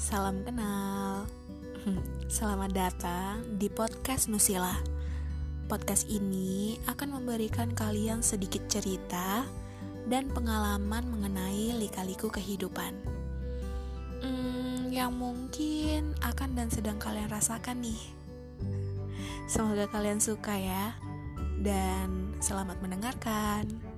Salam kenal. Selamat datang di podcast Nusila. Podcast ini akan memberikan kalian sedikit cerita dan pengalaman mengenai lika-liku kehidupan yang mungkin akan dan sedang kalian rasakan nih. Semoga kalian suka ya. Dan selamat mendengarkan.